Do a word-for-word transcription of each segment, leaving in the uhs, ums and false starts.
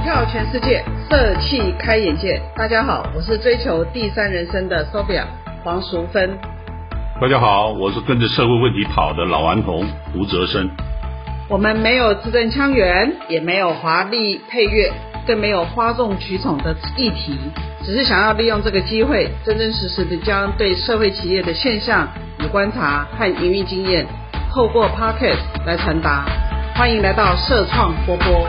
跳全世界，色气开眼界。大家好，我是追求第三人生的 Sophia 黄淑芬。 大家好，我是跟着社会问题跑的老顽童吴哲生。 我们没有字正腔圆，也没有华丽配乐，更没有哗众取宠的议题，只是想要利用这个机会，真真实实的将对社会企业的现象与观察和营运经验，透过 Podcast 来传达。欢迎来到社创波波。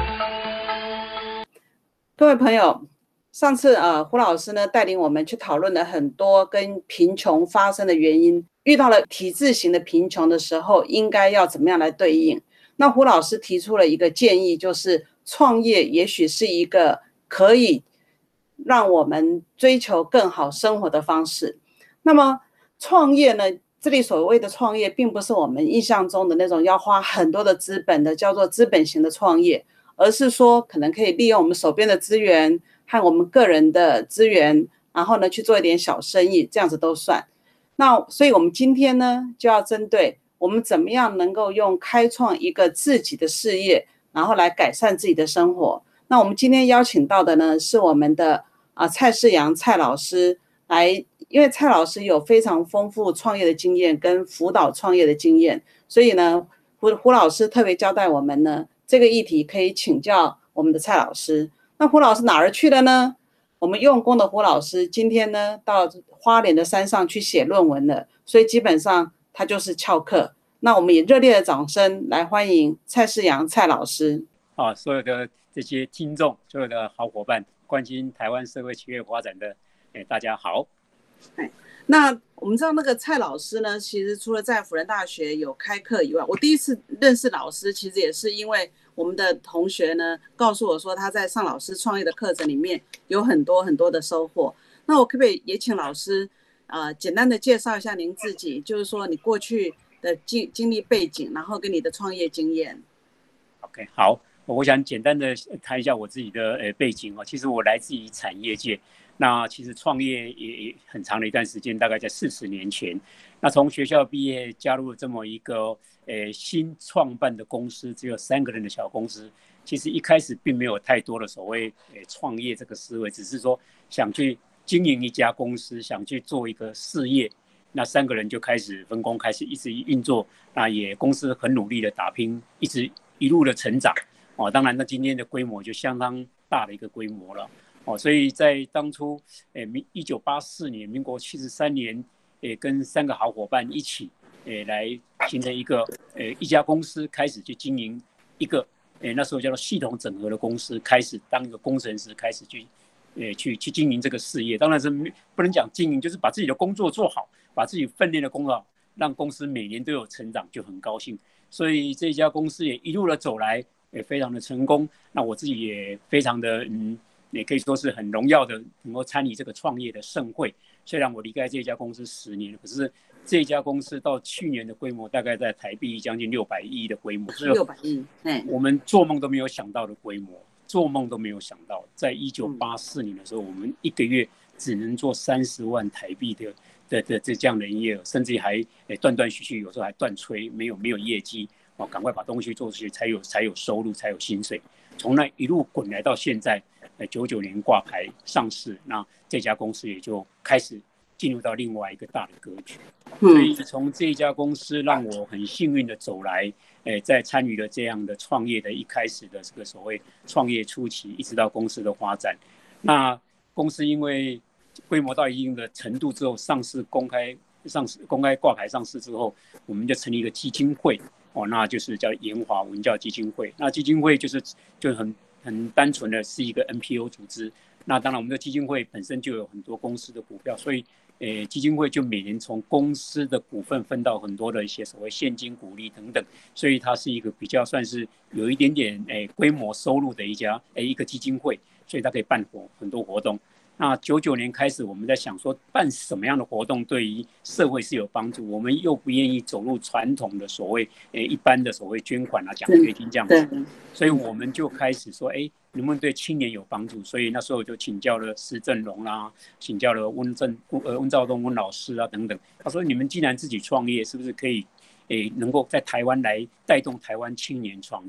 各位朋友，上次呃胡老师呢带领我们去讨论了很多跟贫穷发生的原因，遇到了体制型的贫穷的时候，应该要怎么样来对应？那胡老师提出了一个建议，就是创业也许是一个可以让我们追求更好生活的方式。那么创业呢，这里所谓的创业并不是我们印象中的那种要花很多的资本的叫做资本型的创业，而是说可能可以利用我们手边的资源和我们个人的资源，然后呢去做一点小生意，这样子都算。那所以我们今天呢就要针对我们怎么样能够用开创一个自己的事业，然后来改善自己的生活。那我们今天邀请到的呢是我们的啊蔡世阳蔡老师来，因为蔡老师有非常丰富创业的经验跟辅导创业的经验，所以呢胡胡老师特别交代我们呢这个议题可以请教我们的蔡老师。那胡老师哪儿去了呢？我们用功的胡老师今天呢到花莲的山上去写论文了，所以基本上他就是翘课。那我们以热烈的掌声来欢迎蔡世阳蔡老师。 啊，所有的这些听众，所有的好伙伴，关心台湾社会企业发展的，哎，大家好。 那我们知道那个蔡老师呢，其实除了在辅仁大学有开课以外，我第一次认识老师，其实也是因为我们的同学呢告诉我说他在上老师创业的课程里面有很多很多的收获。那我可不可以也请老师呃简单的介绍一下您自己，就是说你过去的经经历背景，然后跟你的创业经验。 OK， 好，我想简单的谈一下我自己的呃背景哦。其实我来自于产业界，那其实创业也很长的一段时间，大概在四十年前。那从学校毕业加入了这么一个呃新创办的公司，只有三个人的小公司。其实一开始并没有太多的所谓呃创业这个思维，只是说想去经营一家公司，想去做一个事业。那三个人就开始分工，开始一直运作。那也公司很努力的打拼，一直一路的成长。哦，当然，那今天的规模就相当大的一个规模了。哦，所以在当初，诶，一九八四年，民国七十三年，诶，跟三个好伙伴一起，诶，来形成一个，诶，一家公司，开始去经营一个，诶，那时候叫做系统整合的公司，开始当一个工程师，开始去，诶，去去经营这个事业。当然是不能讲经营，就是把自己的工作做好，把自己分内的工作好，让公司每年都有成长，就很高兴。所以这家公司也一路的走来，也非常的成功。那我自己也非常的，嗯，也可以说是很荣耀的，能够参与这个创业的盛会。虽然我离开这家公司十年，可是这家公司到去年的规模大概在台币将近六百亿的规模， 六百亿， 我们做梦都没有想到的规模，做梦都没有想到，在一九八四年的时候，我们一个月只能做三十万台币的的的这样的营业额，甚至还断断续续，有时候还断炊，没有没有业绩，哦，赶快把东西做出去，才有才有收入，才有薪水。从那一路滚来到现在，呃，九九年挂牌上市，那这家公司也就开始进入到另外一个大的格局。所以从这家公司让我很幸运的走来，呃，在参与了这样的创业的一开始的这个所谓创业初期，一直到公司的发展。那公司因为规模到一定的程度之后，上市公开上市公开挂牌上市之后，我们就成立一个基金会。哦，那就是叫研华文教基金会。那基金会就是就很很单纯的是一个 N P O 组织。那当然，我们的基金会本身就有很多公司的股票，所以，呃，基金会就每年从公司的股份分到很多的一些所谓现金股利等等，所以它是一个比较算是有一点点诶规模收入的一家诶一个基金会，所以它可以办活很多活动。那九九年开始，我们在想说办什么样的活动对于社会是有帮助，我们又不愿意走入传统的所谓诶一般的所谓捐款啊、奖学金这样子，所以我们就开始说，哎，能不能对青年有帮助？所以那时候就请教了施正荣啦，请教了温正呃温兆东温老师啊等等。他说，你们既然自己创业，是不是可以诶能够在台湾来带动台湾青年创业？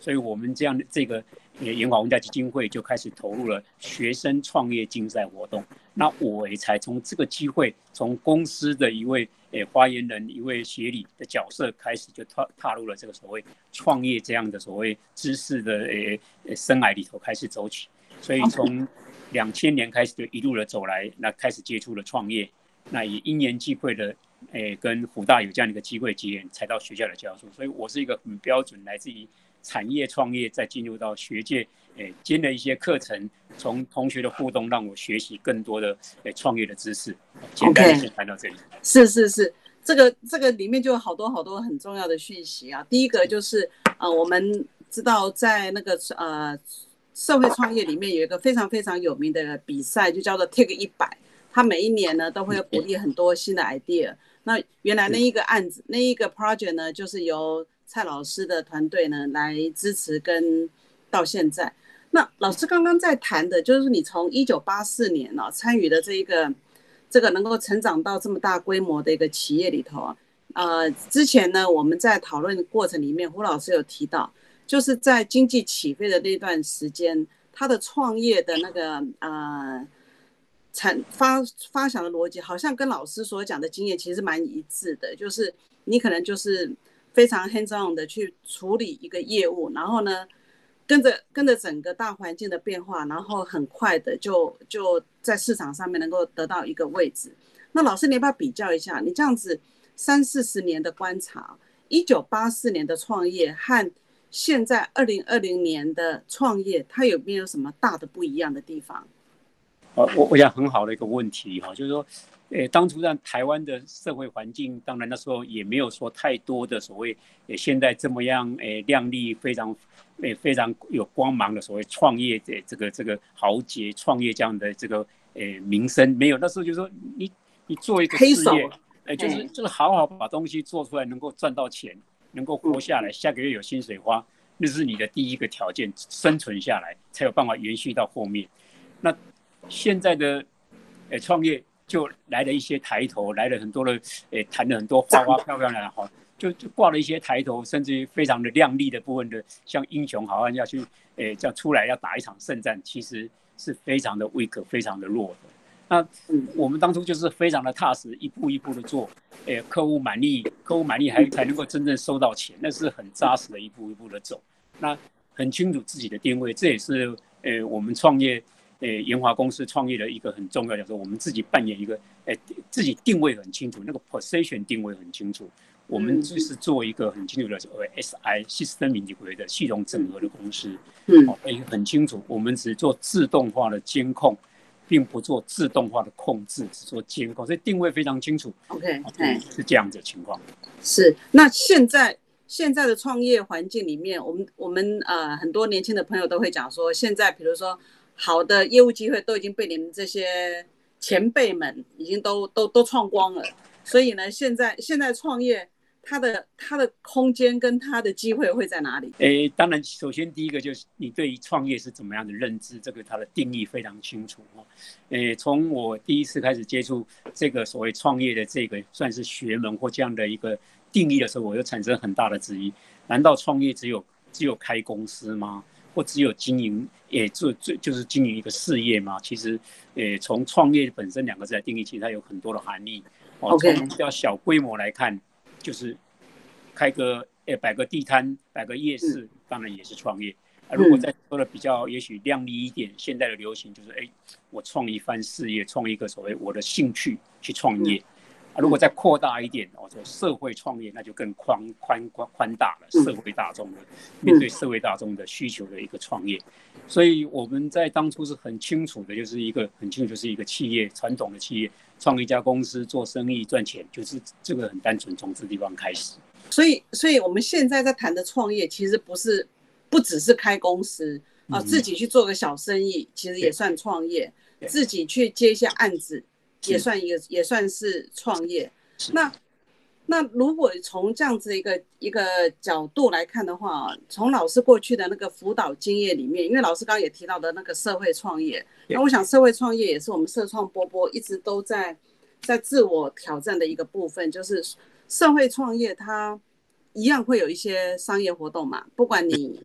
所以我们这样的这个研华文教基金会就开始投入了学生创业竞赛活动。那我也才从这个机会，从公司的一位诶发言人、一位协理的角色开始，就踏踏入了这个所谓创业这样的所谓知识的诶生涯里头开始走起。所以从两千年开始就一路的走来，那开始接触了创业，那也因缘际会的。诶，跟辅大有这样的一个机会机缘，才到学校的教书，所以我是一个很标准来自于产业创业，再进入到学界，诶，兼了一些课程，从同学的互动，让我学习更多的诶创业的知识。简单的先谈到这里。 Okay. 是是是，这个这个里面就有好多好多很重要的讯息啊。第一个就是呃，我们知道在那个呃社会创业里面有一个非常非常有名的比赛，就叫做 Take 一百，它每一年呢都会鼓励很多新的 idea。那原来那一个案子，那一个 project 呢，就是由蔡老师的团队呢来支持，跟到现在。那老师刚刚在谈的，就是你从一九八四年哦参与的这一个这个能够成长到这么大规模的一个企业里头啊，呃，之前呢我们在讨论过程里面，胡老师有提到，就是在经济起飞的那段时间，他的创业的那个呃。产发发想的逻辑好像跟老师所讲的经验其实蛮一致的，就是你可能就是非常 hands on 的去处理一个业务，然后呢跟着跟着整个大环境的变化，然后很快的就就在市场上面能够得到一个位置。那老师你要不要比较一下，你这样子三四十年的观察，一九八四年的创业和现在二零二零年的创业，它有没有什么大的不一样的地方？ 呃，我我想很好的一个问题哈，就是说，呃，当初在台湾的社会环境，当然那时候也没有说太多的所谓，呃，现在这么样，呃，亮丽非常，呃，非常有光芒的所谓创业的这个这个豪杰创业这样的这个，呃，名声没有。那时候就是说，你你做一个事业，呃，就是就是好好把东西做出来，能够赚到钱，能够活下来，下个月有薪水花，那是你的第一个条件，生存下来才有办法延续到后面。那现在的呃创业就来了一些抬头，来了很多的呃谈了很多花花漂亮的哈，就就挂了一些抬头，甚至于非常的亮丽的部分的，像英雄好汉要去呃这样出来要打一场胜战，其实是非常的 weak， 非常的弱的。那我们当初就是非常的踏实，一步一步的做，呃客户满意，客户满意还才能够真正收到钱，那是很扎实的一步一步的走。那很清楚自己的定位，这也是呃我们创业。呃，研华公司创业的一个很重要的，就是我们自己扮演一个，呃，自己定位很清楚，那个 position 定位很清楚。我们就是做一个很清楚的所谓 S I System Integrated 的系统整合的公司，嗯，哦，很清楚，我们只做自动化的监控，并不做自动化的控制，只做监控，所以定位非常清楚。 OK， 是这样子的情况。 是，那现在现在的创业环境里面，我们我们呃很多年轻的朋友都会讲说，现在比如说。好的业务机会都已经被你们这些前辈们已经都都都创光了，所以呢，现在现在创业它的它的空间跟它的机会会在哪里？ 诶，当然，首先第一个就是你对于创业是怎么样的认知，这个它的定义非常清楚哈。诶，从我第一次开始接触这个所谓创业的这个算是学门或这样的一个定义的时候，我就产生很大的质疑：难道创业只有只有开公司吗？或只有经营，也就就是经营一个事业嘛？其实，呃，从创业本身两个字来定义，其实它有很多的含义。哦，从比较小规模来看，就是开个呃摆个地摊、摆个夜市，当然也是创业。啊，如果再说的比较也许亮丽一点，现在的流行就是，哎，我创一番事业，创一个所谓我的兴趣去创业。啊，如果再扩大一点，哦，做社会创业，那就更宽宽宽宽大了。社会大众的面对社会大众的需求的一个创业，所以我们在当初是很清楚的，就是一个很清楚，就是一个企业传统的企业，创一家公司做生意赚钱，就是这个很单纯，从这地方开始。 所以，所以我们现在在谈的创业，其实不是不只是开公司啊，嗯、自己去做个小生意，其实也算创业，自己去接一些案子。也算一个，也算是创业。那那如果从这样子一个一个角度来看的话，从老师过去的那个辅导经验里面，因为老师刚刚也提到的那个社会创业，那我想社会创业也是我们社创波波一直都在在自我挑战的一个部分，就是社会创业它一样会有一些商业活动嘛，不管你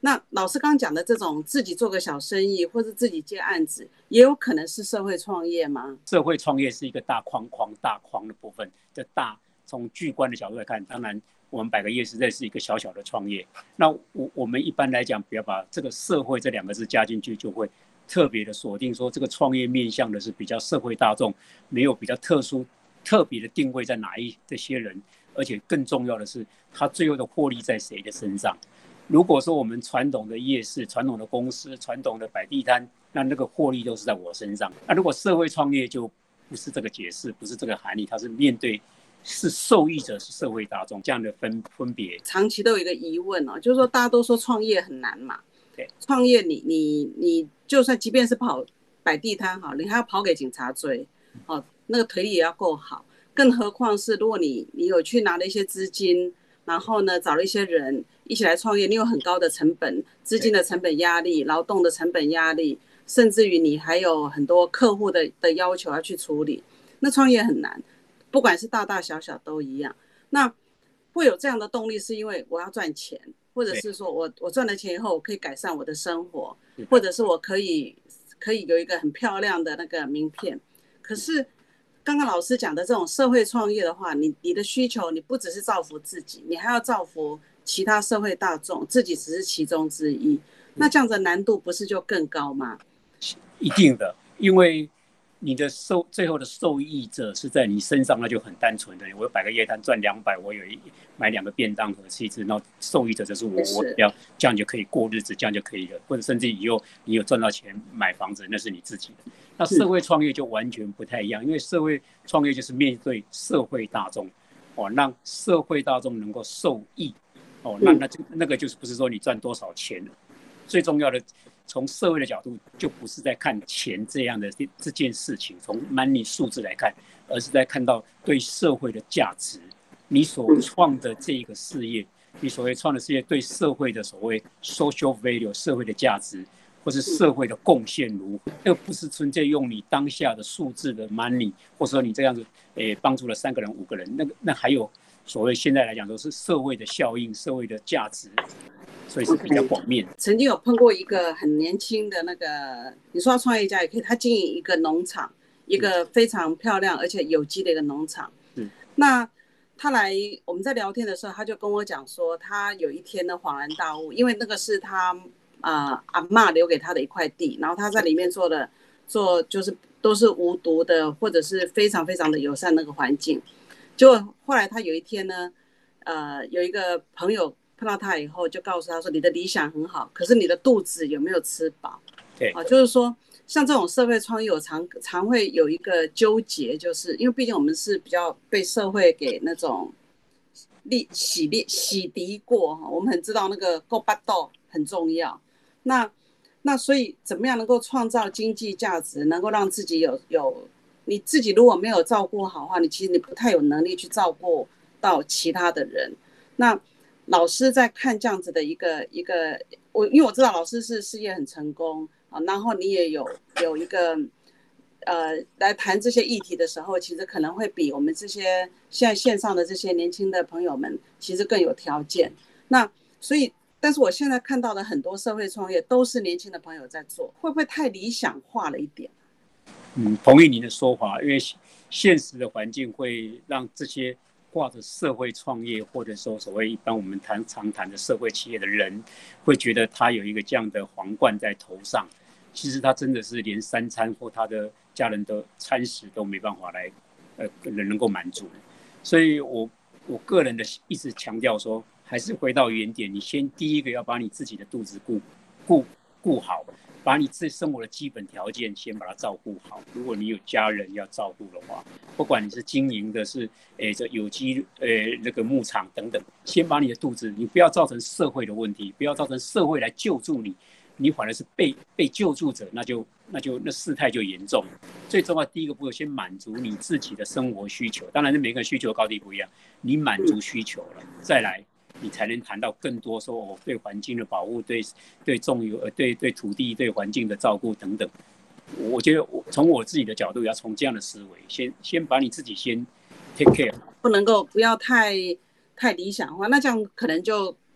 那老师刚刚讲的这种自己做个小生意或者自己接案子，也有可能是社会创业吗？ 社会创业是一个大框框、大框的部分，这大从巨观的角度来看，当然我们百个夜市这是一个小小的创业。那我我们一般来讲，不要把这个社会这两个字加进去，就会特别的锁定说这个创业面向的是比较社会大众，没有比较特殊、特别的定位在哪一这些人，而且更重要的是，它最后的获利在谁的身上？如果说我们传统的夜市、传统的公司、传统的摆地摊，那那个获利都是在我身上。那如果社会创业就不是这个解释，不是这个含义，它是面对是受益者是社会大众这样的分分别。 长期都有一个疑问哦，就是说大家都说创业很难嘛， 对， 创业你你你就算即便是跑摆地摊好，你还要跑给警察追，哦，那个腿力也要够好，更何况是如果你你有去拿了一些资金，然后呢找了一些人一起来创业，你有很高的成本，资金的成本压力、劳动的成本压力，甚至于你还有很多客户的的要求要去处理，那创业很难，不管是大大小小都一样。那会有这样的动力，是因为我要赚钱，或者是说我我赚了钱以后，我可以改善我的生活，或者是我可以可以有一个很漂亮的那个名片。可是刚刚老师讲的这种社会创业的话，你你的需求，你不只是造福自己，你还要造福其他社会大众，自己只是其中之一。那这样的难度不是就更高吗？ 一定的，因为你的受最后的受益者是在你身上，那就很单纯的。我有摆个夜摊赚两百，我有一买两个便当盒吃一次，然后受益者就是我，我只要这样就可以过日子，这样就可以了。或者甚至以后你有赚到钱买房子，那是你自己的。那社会创业就完全不太一样，因为社会创业就是面对社会大众，哦，让社会大众能够受益，哦，那那就那个就是不是说你赚多少钱，最重要的。从社会的角度，就不是在看钱这样的这件事情，从 money 数字来看，而是在看到对社会的价值。你所创的这个事业，你所谓创的事业对社会的所谓 social value 社会的价值，或是社会的贡献如何，那不是纯粹用你当下的数字的 money， 或者说你这样子，诶，帮助了三个人、五个人，那个那还有所谓现在来讲都是社会的效应、社会的价值。所以是比较广面。 曾经有碰过一个很年轻的那个，你说他创业家也可以，他经营一个农场，一个非常漂亮而且有机的一个农场。 嗯， 那他来我们在聊天的时候，他就跟我讲说，他有一天呢恍然大悟，因为那个是他呃阿嬷留给他的一块地，然后他在里面做的做就是都是无毒的，或者是非常非常的友善那个环境。结果后来他有一天呢，呃，有一个朋友。看到他以后，就告诉他说：“你的理想很好，可是你的肚子有没有吃饱？” 对， 啊，就是说，像这种社会创业，我常常会有一个纠结，就是因为毕竟我们是比较被社会给那种洗洗洗涤过哈，我们很知道那个够巴豆很重要。那那所以怎么样能够创造经济价值，能够让自己有有你自己如果没有照顾好的话，你其实你不太有能力去照顾到其他的人。那老师在看这样子的一个一个，我因为我知道老师是事业很成功啊，然后你也有有一个呃来谈这些议题的时候，其实可能会比我们这些现在线上的这些年轻的朋友们其实更有条件。那所以，但是我现在看到的很多社会创业都是年轻的朋友在做，会不会太理想化了一点？ 嗯，同意您的说法，因为现实的环境会让这些。挂着社会创业，或者说所谓一般我们谈常谈的社会企业的人，会觉得他有一个这样的皇冠在头上，其实他真的是连三餐或他的家人的餐食都没办法来，呃，能够满足。所以我我个人的一直强调说，还是回到原点，你先第一个要把你自己的肚子顾顾顾好。把你自己生活的基本条件先把它照顾好。如果你有家人要照顾的话，不管你是经营的是诶这有机诶那个牧场等等，先把你的肚子，你不要造成社会的问题，不要造成社会来救助你，你反而是被被救助者，那就那就那事态就严重。最重要第一个步骤，先满足你自己的生活需求，当然是每个人需求高低不一样，你满足需求了，再来。你才能谈到更多说哦，对环境的保护，对对种油，呃，对对土地、对环境的照顾等等。我觉得我从我自己的角度，要从这样的思维，先先把你自己先 take care， 不能够不要太太理想化，那这样可能就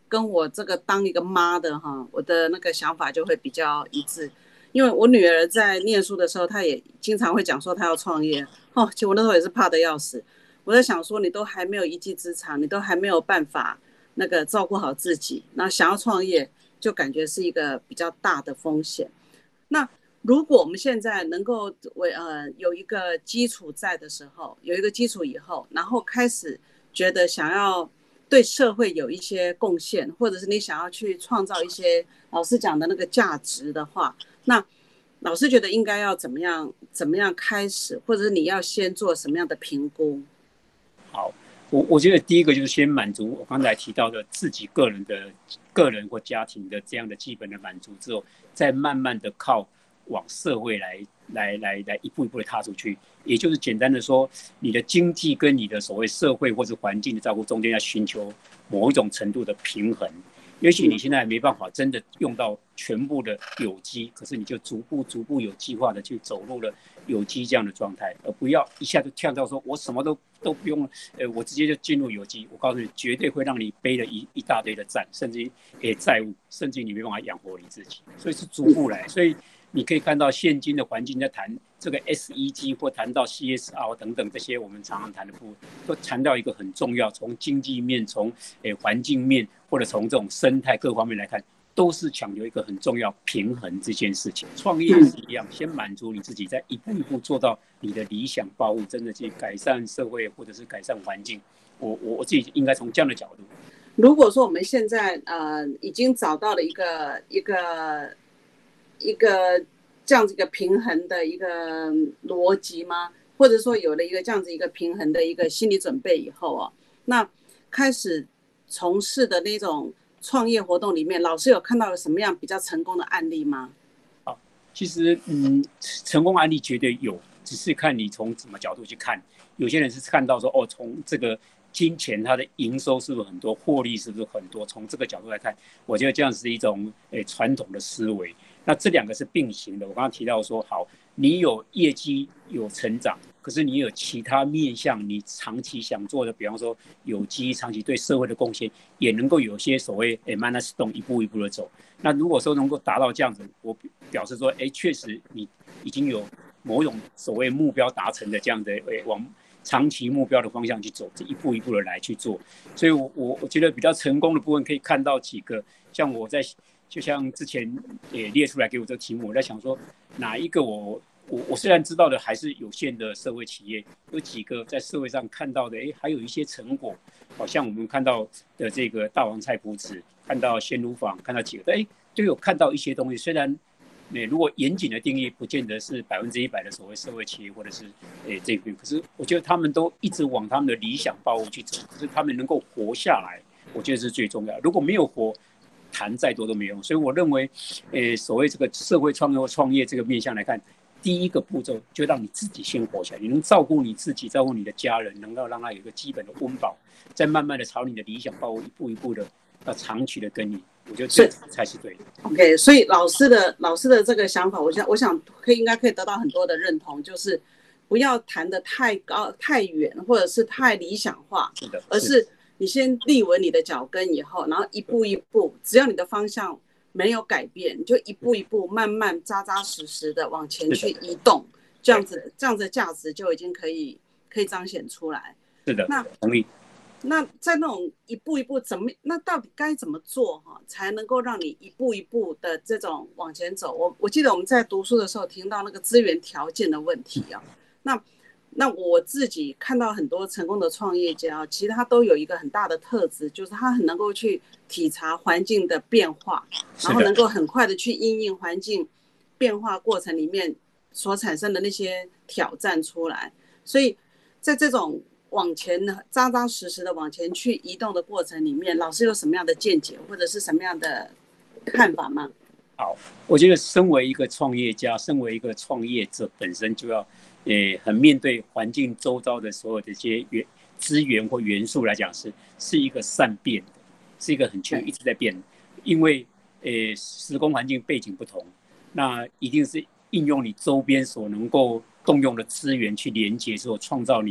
跟我这个当一个妈的哈，我的那个想法就会比较一致。因为我女儿在念书的时候，她也经常会讲说她要创业哦，其实我那时候也是怕得要死。我在想说，你都还没有一技之长，你都还没有办法那个照顾好自己，那想要创业，就感觉是一个比较大的风险。那如果我们现在能够为呃有一个基础在的时候，有一个基础以后，然后开始觉得想要对社会有一些贡献，或者是你想要去创造一些老师讲的那个价值的话，那老师觉得应该要怎么样怎么样开始，或者是你要先做什么样的评估？ 好，我我觉得第一个就是先满足我刚才提到的自己个人的个人或家庭的这样的基本的满足之后，再慢慢的靠往社会来来来来一步一步的踏出去。也就是简单的说，你的经济跟你的所谓社会或是环境的照顾中间要寻求某一种程度的平衡。也许你现在没办法真的用到全部的有机，可是你就逐步逐步有计划的去走入了有机这样的状态，而不要一下就跳到说我什么都都不用了，呃，我直接就进入有机。我告诉你，绝对会让你背了一一大堆的债，甚至于债务，甚至你没办法养活你自己。所以是逐步来，所以你可以看到现今的环境在谈这个 S E G 或谈到 C S R 等等这些我们常常谈的部分，都谈到一个很重要，从经济面、从诶环境面，或者从这种生态各方面来看，都是讲究一个很重要平衡这件事情。创业是一样，先满足你自己，再一步一步做到你的理想抱负，真的去改善社会或者是改善环境。我我我自己应该从这样的角度。 如果说我们现在呃已经找到了一个一个一个这样子一个平衡的一个逻辑吗？或者说有了一个这样子一个平衡的一个心理准备以后啊，那开始从事的那种创业活动里面，老师有看到了什么样比较成功的案例吗？ 好，其实嗯，成功案例绝对有，只是看你从什么角度去看。有些人是看到说，哦，从这个金钱它的营收是不是很多，获利是不是很多，从这个角度来看，我觉得这样是一种诶传统的思维。那这两个是并行的。我刚刚提到说，好，你有业绩有成长，可是你有其他面向，你长期想做的，比方说有机，长期对社会的贡献，也能够有些所谓诶 milestone 一步一步的走。那如果说能够达到这样子，我表示说，哎，确实你已经有某种所谓目标达成的这样的诶往长期目标的方向去走，这一步一步的来去做。所以我我我觉得比较成功的部分可以看到几个，像我在。就像之前也列出来给我这个题目，我在想说哪一个我我我虽然知道的还是有限的社会企业，有几个在社会上看到的，哎，还有一些成果，好像我们看到的这个大王菜谱子，看到鲜乳坊，看到几个，哎，就有看到一些东西。虽然，如果严谨的定义，不见得是百分之一百的所谓社会企业或者是诶这个，可是我觉得他们都一直往他们的理想抱负去走，可是他们能够活下来，我觉得是最重要的。如果没有活，谈再多都没用。所以我认为，诶，所谓这个社会创业或创业这个面向来看，第一个步骤就让你自己先活下来，你能照顾你自己，照顾你的家人，能够让他有一个基本的温饱，再慢慢的朝你的理想抱负一步一步的要长期的耕耘，我觉得这才是对的。 OK， 所以老师的老师的这个想法，我想我想可以应该可以得到很多的认同，就是不要谈得太高太远，或者是太理想化， 是的， 而是你先立稳你的脚跟以后，然后一步一步，只要你的方向没有改变，你就一步一步慢慢扎扎实实的往前去移动，这样子这样子的价值就已经可以可以彰显出来。 是的， 那同意。 那在那种一步一步怎么，那到底该怎么做哈，才能够让你一步一步的这种往前走？我我记得我们在读书的时候听到那个资源条件的问题啊，那。那我自己看到很多成功的创业家，其实他都有一个很大的特质，就是他很能够去体察环境的变化，然后能够很快的去因应环境变化过程里面所产生的那些挑战出来。所以在这种往前扎扎实实的往前去移动的过程里面，老师有什么样的见解或者是什么样的看法吗？ 好，我觉得身为一个创业家，身为一个创业者，本身就要也很面对环境周遭的所有的一些资源或元素来讲是是一个善变的，是一个很确一直在变的。因为呃时空环境背景不同，那一定是应用你周边所能够动用的资源去连接之后，创造你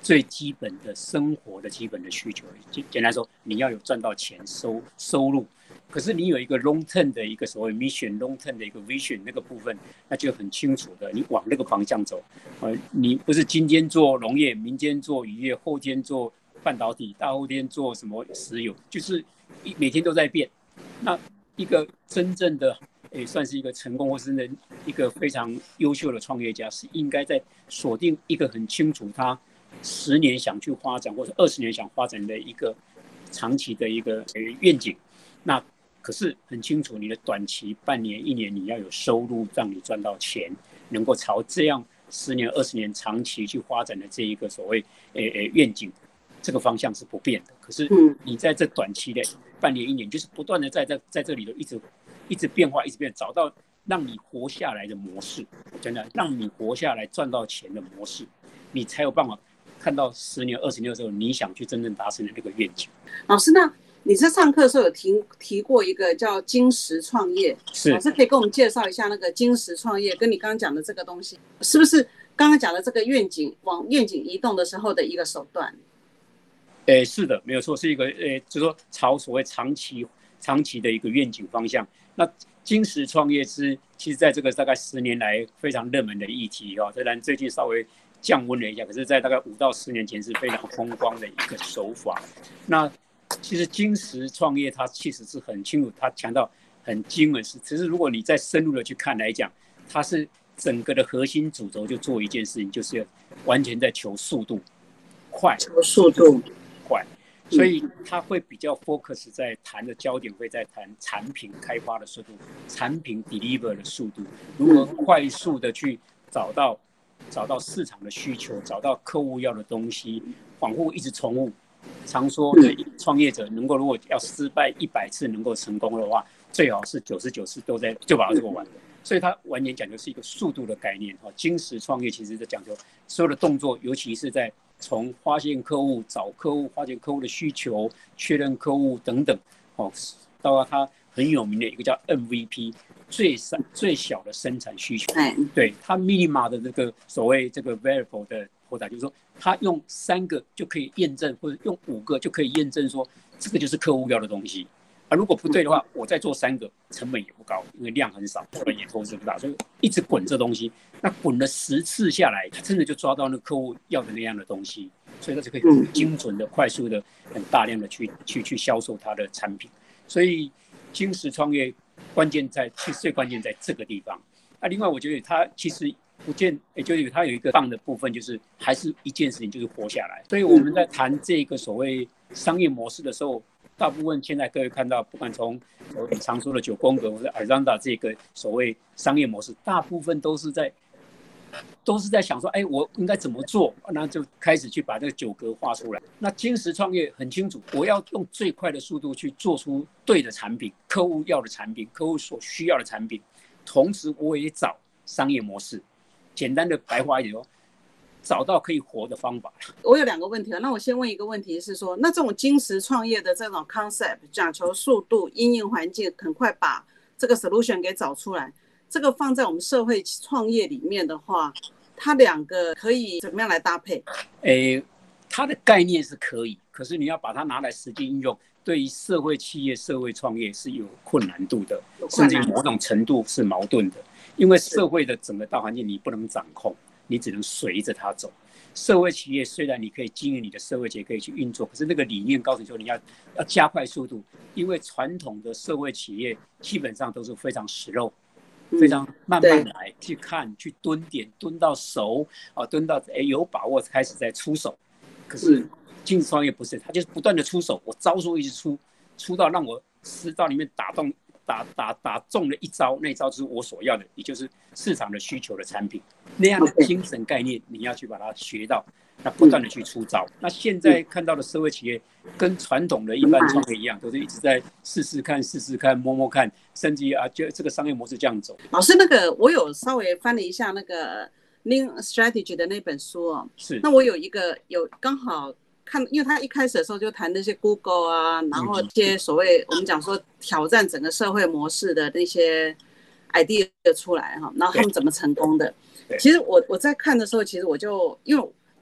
最基本的生活的基本的需求。简简单说，你要有赚到钱收收入，可是你有一个 long term 的一个所谓 mission，long term 的一个 vision 那个部分，那就很清楚的，你往那个方向走。呃，你不是今天做农业，明天做渔业，后天做半导体，大后天做什么石油，就是每天都在变。那一个真正的也算是一个成功或是一个非常优秀的创业家，是应该在锁定一个很清楚他十年想去发展或者二十年想发展的一个长期的一个愿景。那可是很清楚，你的短期半年一年你要有收入，让你赚到钱，能够朝这样十年二十年长期去发展的这一个所谓诶诶愿景，这个方向是不变的。可是你在这短期的半年一年，就是不断的在在在这里头一直一直变化，一直变，找到让你活下来的模式，真的让你活下来赚到钱的模式，你才有办法看到十年二十年的时候，你想去真正达成的那个愿景。 老师，那你在上课的时候有 提, 提过一个叫精实创业， 是老师可以跟我们介绍一下那个精实创业，跟你刚刚讲的这个东西，是不是刚刚讲的这个愿景往愿景移动的时候的一个手段？ 诶，是的，没有错，是一个诶，就是说朝所谓长期长期的一个愿景方向。那精实创业是其实在这个大概十年来非常热门的议题哦，虽然最近稍微降温了一下，可是在大概五到十年前是非常风光的一个手法。那其实精实创业它其实是很清楚，它强调很精准，其实如果你再深入的去看来讲，它是整个的核心主轴就做一件事情，就是完全在求速度快， 求速度快，所以它会比较 focus 在谈的焦点会在谈产品开发的速度，产品 deliver 的速度，如何快速的去找到找到市场的需求，找到客户要的东西，反复一直重复。常说的创业者能够如果要失败一百次能够成功的话，最好是九十九次都在就把它做完。所以它完全讲究是一个速度的概念。精实创业其实在讲究所有的动作，尤其是在从发现客户、找客户、发现客户的需求、确认客户等等，到它很有名的一个叫 M V P， 最最小的生产需求。对，它 minima 的这个所谓这个 variable 的回答，就是说它用三个就可以验证，或者用五个就可以验证说这个就是客户要的东西。啊，如果不对的话，我再做三个，成本也不高，因为量很少，成本也投资不大，所以一直滚这东西。那滚了十次下来，他真的就抓到那客户要的那样的东西，所以他就可以很精准的、快速的、很大量的去去去销售他的产品。所以精实创业关键在，其实最关键在这个地方。啊，另外我觉得他其实不见，也就是他有一个棒的部分，就是还是一件事情，就是活下来。所以我们在谈这个所谓商业模式的时候，大部分现在各位看到，不管从我们常说的九宫格或者 Aranda 这个所谓商业模式，大部分都是在都是在想说，哎，我应该怎么做？那就开始去把这个九格画出来。那精实创业很清楚，我要用最快的速度去做出对的产品，客户要的产品，客户所需要的产品，同时我也找商业模式。简单的白话一点说，找到可以活的方法。 我有两个问题，那我先问一个问题是说，那这种精实创业的这种 concept， 讲求速度、因应环境，很快把这个 solution 给找出来，这个放在我们社会创业里面的话，它两个可以怎么样来搭配？ 诶，它的概念是可以，可是你要把它拿来实际应用，对于社会企业、社会创业是有困难度的，甚至某种程度是矛盾的。因为社会的整个大环境你不能掌控，你只能随着它走。社会企业虽然你可以经营你的社会企业可以去运作，可是那个理念告诉你说你要要加快速度，因为传统的社会企业基本上都是非常slow，非常慢慢来，去看去蹲点，蹲到熟啊，蹲到哎有把握开始再出手。可是精实创业不是，它就是不断的出手，我招数一直出，出到让我思到里面打动。打打打中了一招，那一招就是我所要的，也就是市场的需求的产品。那样的精神概念，你要去把它学到，那不断的去出招。那现在看到的社会企业，跟传统的一般创业一样，都是一直在试试看、试试看、摸摸看，甚至啊，就这个商业模式这样走。 老师，那个我有稍微翻了一下那个 Lean Strategy 的那本书哦， 是。 那我有一个有刚好。看，因为他一开始的时候就谈那些 Google 啊，然后一些所谓我们讲说挑战整个社会模式的那些 idea 出来哈，然后他们怎么成功的。其实我我在看的时候，其实我就因为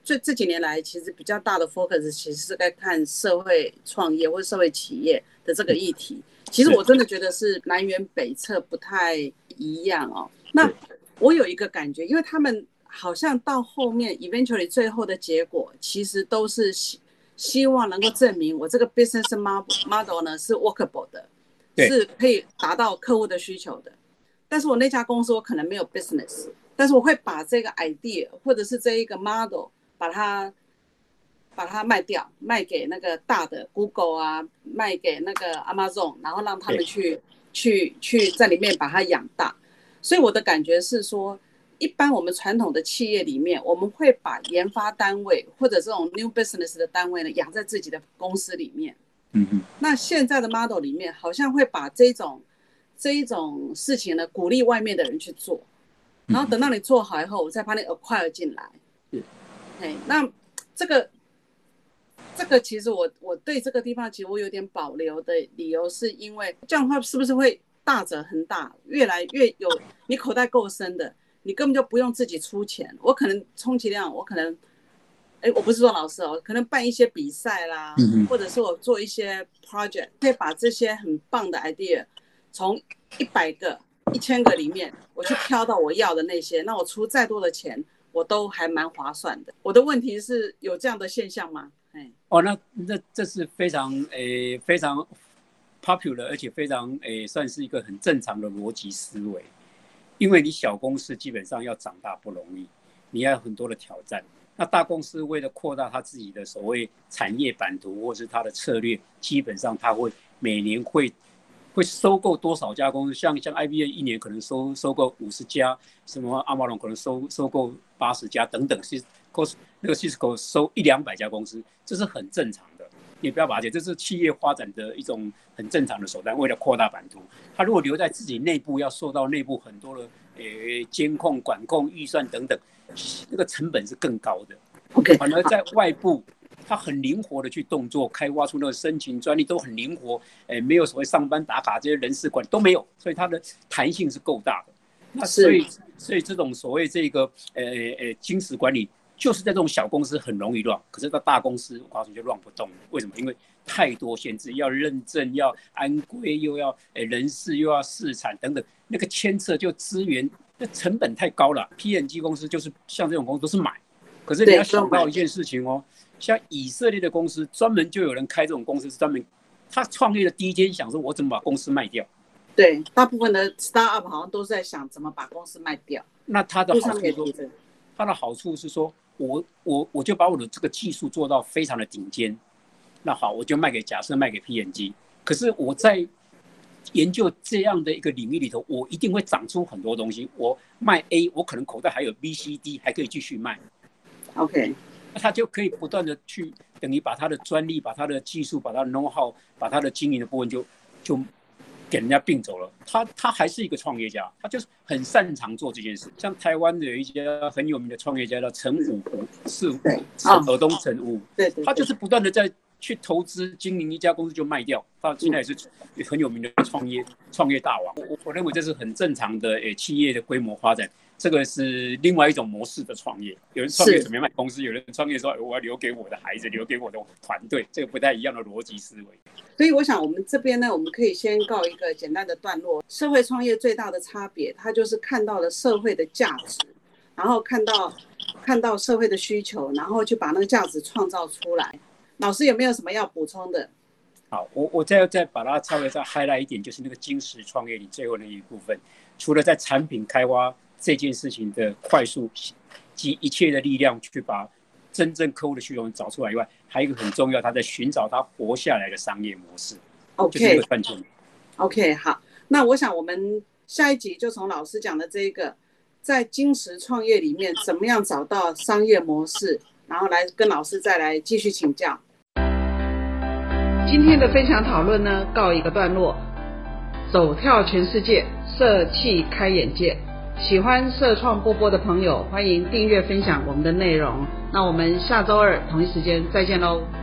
最这几年来，其实比较大的 focus 其实是在看社会创业或者社会企业的这个议题。其实我真的觉得是南辕北辙，不太一样哦。那我有一个感觉，因为他们好像到后面 eventually 最后的结果，其实都是希希望能够证明我这个 business model 呢是 workable 的，是可以达到客户的需求的。但是我那家公司我可能没有 business， 但是我会把这个 idea 或者是这一个 model 把它把它卖掉，卖给那个大的 Google 啊，卖给那个 Amazon， 然后让他们去去去在里面把它养大。所以我的感觉是说，一般我们传统的企业里面，我们会把研发单位或者这种 new business 的单位呢养在自己的公司里面。 嗯哼。 那现在的 model 里面，好像会把这种这一种事情呢鼓励外面的人去做，然后等到你做好以后，我再把你 acquire 进来。 嗯。 嘿，那这个。这个其实我我对这个地方其实我有点保留的理由，是因为这样的话是不是会大者恒大，越来越有你口袋够深的，你根本就不用自己出钱。我可能充其量我可能，哎，我不是做老师哦，可能办一些比赛啦， 嗯、 或者是我做一些 project， 可以把这些很棒的 idea 从一百个、一千个里面，我去挑到我要的那些，那我出再多的钱，我都还蛮划算的。我的问题是有这样的现象吗？ 哦，那那这是非常诶、呃、非常 popular， 而且非常诶、呃、算是一个很正常的逻辑思维。因为你小公司基本上要长大不容易，你要有很多的挑战。那大公司为了扩大它自己的所谓产业版图或是它的策略，基本上它会每年会会收购多少家公司？像像 I B M 一年可能收收购五十家，什么阿马龙可能收收购八十家等等，是。那个 Cisco 收一两百家公司，这是很正常的。你不要把它，这是企业发展的一种很正常的手段。为了扩大版图，它如果留在自己内部，要受到内部很多的呃监控、管控、预算等等，那个成本是更高的。 OK， 反而在外部，它很灵活的去动作，开发出那个申请专利都很灵活，呃，没有所谓上班打卡这些人事管理都没有，所以它的弹性是够大的。那所以，所以这种所谓这个呃呃精实管理。就是在这种小公司很容易乱，可是到大公司我告诉你就乱不动了。为什么？因为太多限制，要认证，要安规，又要人事，又要市场等等，那个牵扯就资源，那成本太高了。P and G 公司就是像这种公司都是买，可是你要想到一件事情哦，像以色列的公司专门就有人开这种公司，是专门他创业的第一天想说，我怎么把公司卖掉？ 对，大部分的 startup 好像都是在想怎么把公司卖掉。 那它的好处是，它的好处是说。我我我就把我的这个技术做到非常的顶尖，那好，我就卖给假设卖给 P and G， 可是我在研究这样的一个领域里头，我一定会长出很多东西。我卖 A， 我可能口袋还有 B、C、D， 还可以继续卖。 OK， 那他就可以不断的去等于把他的专利、把他的技术、把他的 know how、把他的经营的部分就就。给人家并走了，他他还是一个创业家，他就是很擅长做这件事。像台湾的有一家很有名的创业家叫陈武，是尔东陈武，他就是不断的在去投资经营一家公司就卖掉，他现在也是很有名的创业创业大王。我我认为这是很正常的诶企业的规模发展，这个是另外一种模式的创业。有人创业准备卖公司，有人创业说我要留给我的孩子，留给我的团队，这个不太一样的逻辑思维。 所以我想我们这边呢，我们可以先告一个简单的段落。社会创业最大的差别，它就是看到了社会的价值，然后看到看到社会的需求，然后去把那个价值创造出来。老师有没有什么要补充的？ 好，我我再再把它稍微再 highlight 一点，就是那个精实创业里最后的一部分，除了在产品开发这件事情的快速及一切的力量去把真正客户的需求找出来以外，还有一个很重要，他在寻找他活下来的商业模式。 OK， 就是一个赚钱。 OK， 好，那我想我们下一集就从老师讲的这个，在精实创业里面怎么样找到商业模式，然后来跟老师再来继续请教。今天的分享讨论呢，告一个段落。走跳全世界，社企开眼界。喜欢社创波波的朋友，欢迎订阅分享我们的内容。那我们下周二同一时间再见喽。